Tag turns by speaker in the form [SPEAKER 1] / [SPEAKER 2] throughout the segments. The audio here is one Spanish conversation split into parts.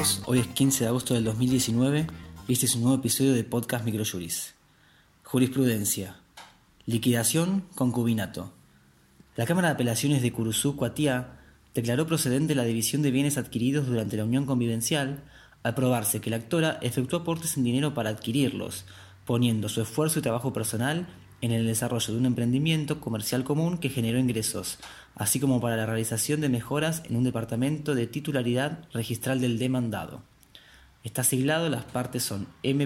[SPEAKER 1] todos, hoy es 15 de agosto del 2019 y este es un nuevo episodio de Podcast Microjuris. Jurisprudencia. Liquidación concubinato. La Cámara de Apelaciones de Curuzú, Cuatía, declaró procedente la división de bienes adquiridos durante la unión convivencial al probarse que la actora efectuó aportes en dinero para adquirirlos, poniendo su esfuerzo y trabajo personal en el desarrollo de un emprendimiento comercial común que generó ingresos, así como para la realización de mejoras en un departamento de titularidad registral del demandado. Está siglado, las partes son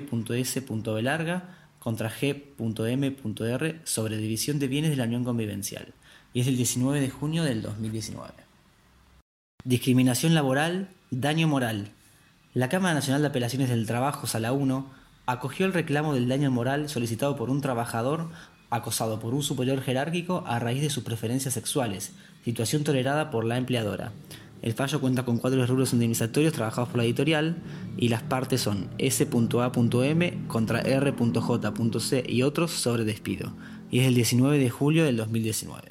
[SPEAKER 1] M.S.B contra G.M.R sobre división de bienes de la unión convivencial, y es del 19 de junio del 2019. Discriminación laboral, daño moral. La Cámara Nacional de Apelaciones del Trabajo, Sala 1, acogió el reclamo del daño moral solicitado por un trabajador acosado por un superior jerárquico a raíz de sus preferencias sexuales, situación tolerada por la empleadora. El fallo cuenta con 4 rubros indemnizatorios trabajados por la editorial y las partes son S.A.M contra R.J.C y otros sobre despido, y es del 19 de julio del 2019.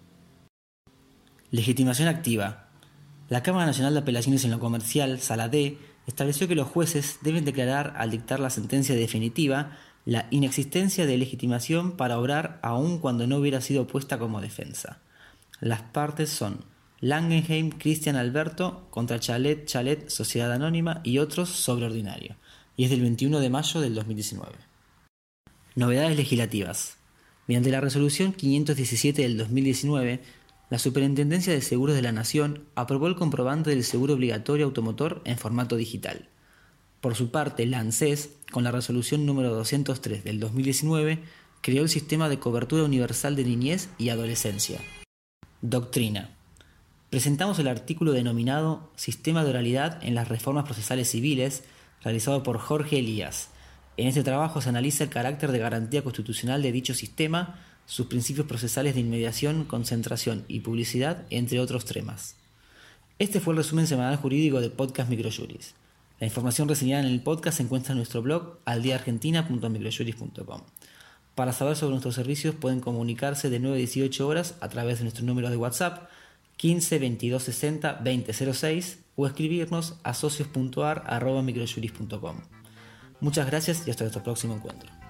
[SPEAKER 1] Legitimación activa. La Cámara Nacional de Apelaciones en lo Comercial, Sala D, estableció que los jueces deben declarar al dictar la sentencia definitiva la inexistencia de legitimación para obrar aun cuando no hubiera sido puesta como defensa. Las partes son Langenheim Cristian Alberto contra Chalet Sociedad Anónima y otros sobre ordinario, y es del 21 de mayo del 2019. Novedades legislativas. Mediante la resolución 517 del 2019, la Superintendencia de Seguros de la Nación aprobó el comprobante del seguro obligatorio automotor en formato digital. Por su parte, la ANSES, con la resolución número 203 del 2019, creó el sistema de cobertura universal de niñez y adolescencia. Doctrina. Presentamos el artículo denominado Sistema de oralidad en las reformas procesales civiles, realizado por Jorge Elías. En este trabajo se analiza el carácter de garantía constitucional de dicho sistema, sus principios procesales de inmediación, concentración y publicidad, entre otros temas. Este fue el resumen semanal jurídico de Podcast Microjuris. La información reseñada en el podcast se encuentra en nuestro blog aldiaargentina.microjuris.com. Para saber sobre nuestros servicios pueden comunicarse de 9 a 18 horas a través de nuestro número de WhatsApp 15 22 60 20 06 o escribirnos a socios.ar@microjuris.com. Muchas gracias y hasta nuestro próximo encuentro.